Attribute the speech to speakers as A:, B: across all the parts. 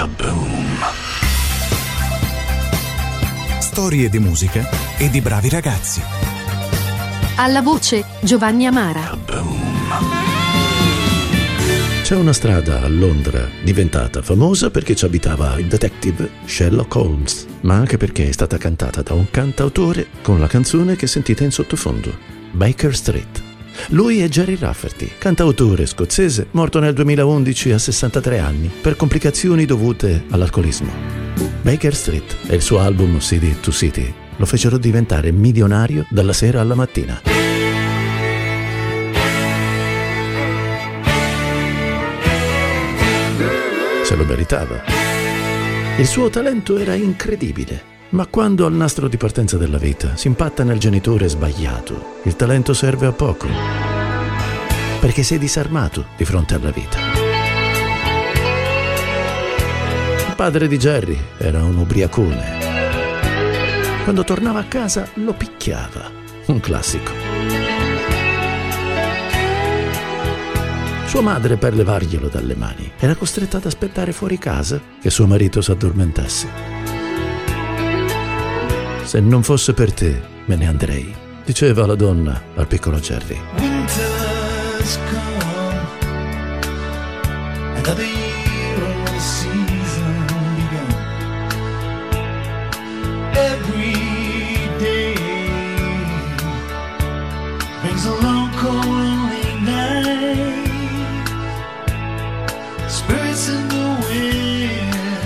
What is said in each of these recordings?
A: Kaboom!
B: Storie di musica e di bravi ragazzi.
C: Alla voce Giovanni Amara.
A: Kaboom!
D: C'è una strada a Londra diventata famosa perché ci abitava il detective Sherlock Holmes, ma anche perché è stata cantata da un cantautore con la canzone che sentite in sottofondo, Baker Street. Lui è Gerry Rafferty, cantautore scozzese, morto nel 2011 a 63 anni per complicazioni dovute all'alcolismo. Baker Street e il suo album City to City lo fecero diventare milionario dalla sera alla mattina. Se lo meritava. Il suo talento era incredibile, ma quando al nastro di partenza della vita si impatta nel genitore sbagliato, il talento serve a poco, perché sei disarmato di fronte alla vita. Il padre di Gerry era un ubriacone. Quando tornava a casa lo picchiava, un classico. Sua madre, per levarglielo dalle mani, era costretta ad aspettare fuori casa che suo marito si addormentasse. Se non fosse per te, me ne andrei, diceva la donna al piccolo Gerry.
E: Winter's come, another year old season begun. Every day brings a long, cold, lonely night. Spirits in the wind,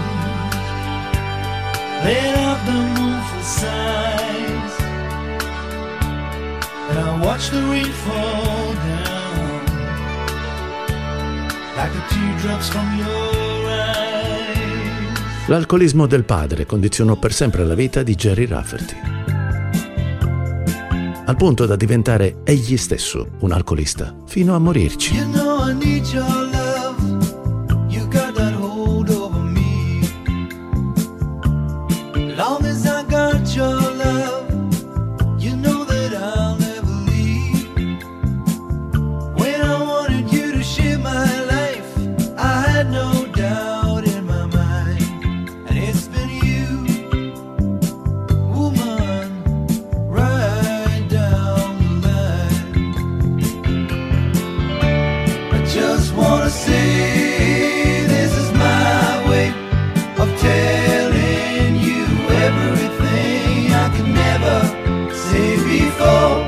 E: let out the mournful sighs, and I watch the rain fall down like the teardrops from your eyes.
D: L'alcolismo del padre condizionò per sempre la vita di Gerry Rafferty, al punto da diventare egli stesso un alcolista, fino a morirci.
E: You know I need your love. Long as I got your love, you know that I'll never leave. When I wanted you to share my life, I had no doubt in my mind. And it's been you, woman, right down the line. I just wanna say this is my way of telling you everything I could never say before.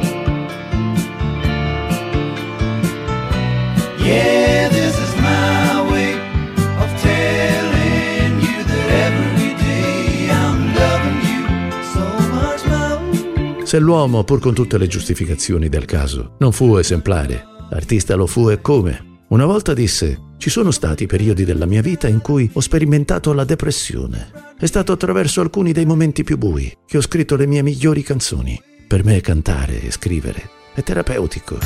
E: Yeah, this is my way of telling you that every day I'm loving you so much more.
D: Se l'uomo, pur con tutte le giustificazioni del caso, non fu esemplare, l'artista lo fu e come. Una volta disse: ci sono stati periodi della mia vita in cui ho sperimentato la depressione. È stato attraverso alcuni dei momenti più bui che ho scritto le mie migliori canzoni. Per me cantare e scrivere è terapeutico.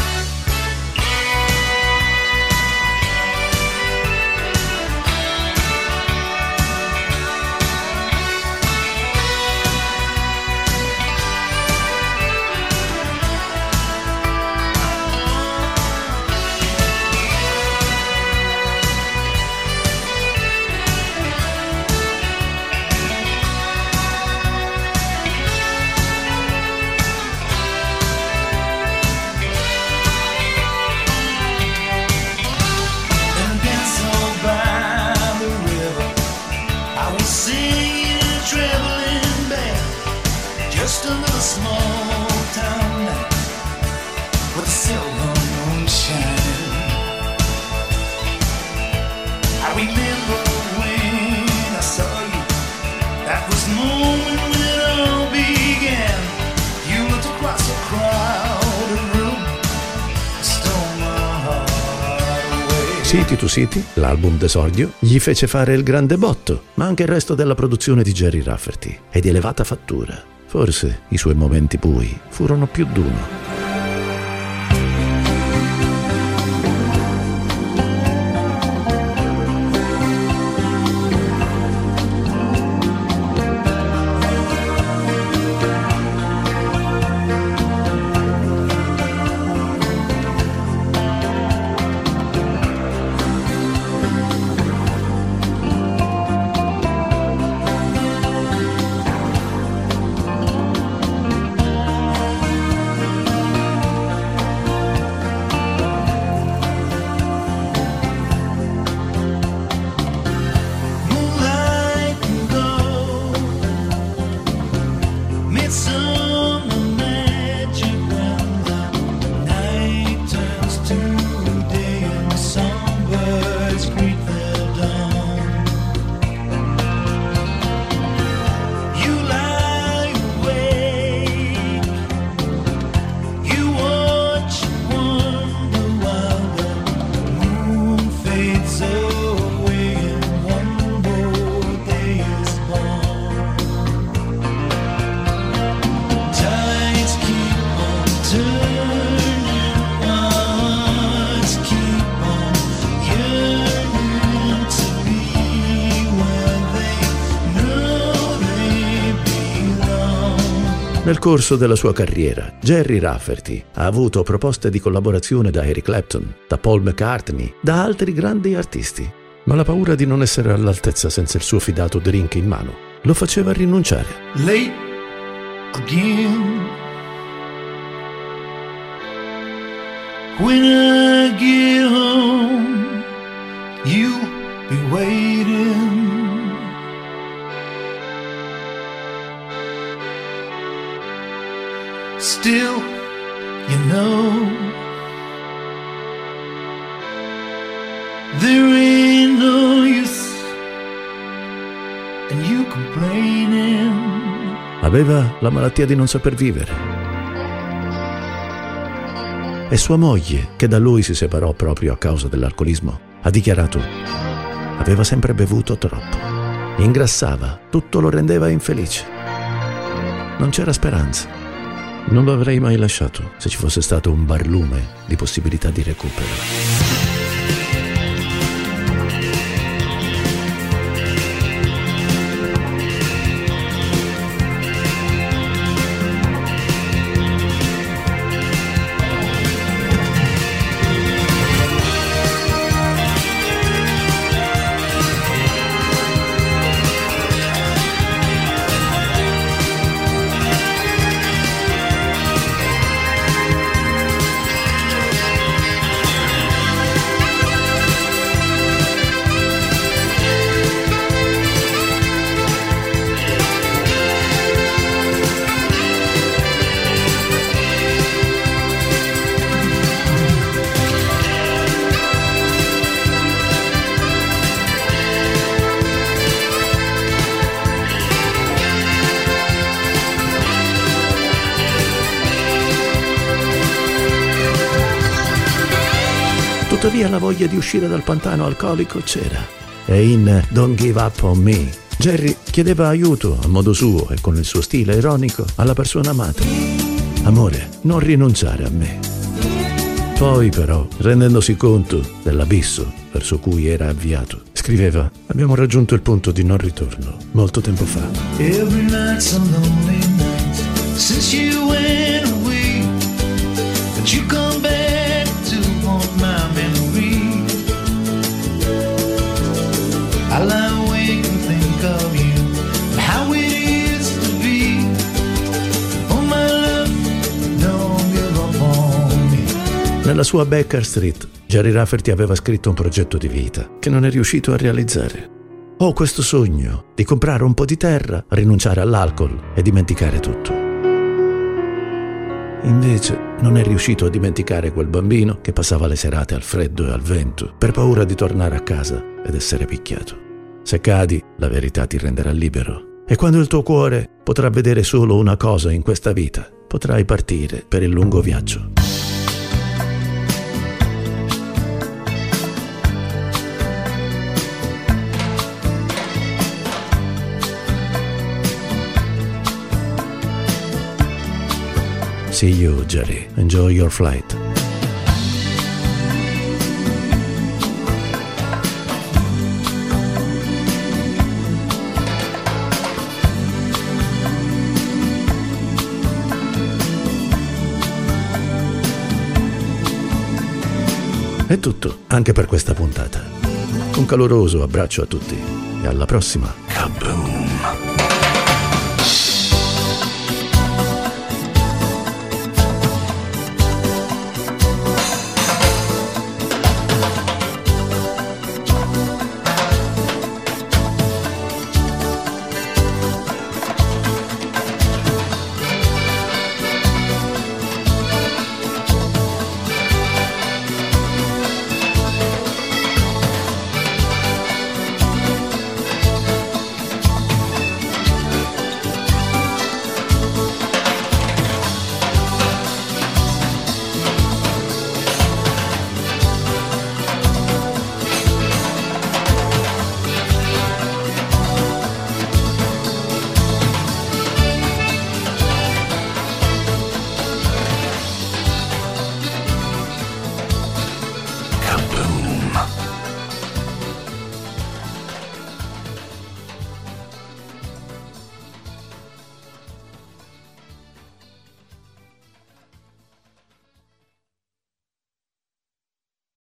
E: Just a little small town night with a silver moon shining. I remember when I saw you. That was the moment when it all began. You looked across a crowded room, stole my heart away.
D: City to City, l'album d'esordio, gli fece fare il grande botto, ma anche il resto della produzione di Gerry Rafferty è di elevata fattura. Forse i suoi momenti bui furono più d'uno. Nel corso della sua carriera, Gerry Rafferty ha avuto proposte di collaborazione da Eric Clapton, da Paul McCartney, da altri grandi artisti. Ma la paura di non essere all'altezza senza il suo fidato drink in mano lo faceva rinunciare.
E: Late again. When I get home, you'll be waiting. Still, you know, there ain't no use in you complaining.
D: Aveva la malattia di non saper vivere. E sua moglie, che da lui si separò proprio a causa dell'alcolismo, ha dichiarato: aveva sempre bevuto troppo, ingrassava, tutto lo rendeva infelice. Non c'era speranza. Non lo avrei mai lasciato se ci fosse stato un barlume di possibilità di recupero. Tuttavia la voglia di uscire dal pantano alcolico c'era. E in Don't Give Up on Me, Gerry chiedeva aiuto a modo suo e con il suo stile ironico alla persona amata. Amore, non rinunciare a me. Poi però, rendendosi conto dell'abisso verso cui era avviato, scriveva: abbiamo raggiunto il punto di non ritorno molto tempo fa.
E: Every night's a lonely night since you went away, but you come back to haunt my memory. I lie awake and think of you and how it used to be. Oh my love, don't give up on me.
D: Nella sua Baker Street, Gerry Rafferty aveva scritto un progetto di vita che non è riuscito a realizzare. Ho questo sogno di comprare un po' di terra, rinunciare all'alcol e dimenticare tutto. Invece non è riuscito a dimenticare quel bambino che passava le serate al freddo e al vento per paura di tornare a casa ed essere picchiato. Se cadi, la verità ti renderà libero. E quando il tuo cuore potrà vedere solo una cosa in questa vita, potrai partire per il lungo viaggio. See you, Gerry. Enjoy your flight. È tutto anche per questa puntata. Un caloroso abbraccio a tutti e alla prossima. Kaboom!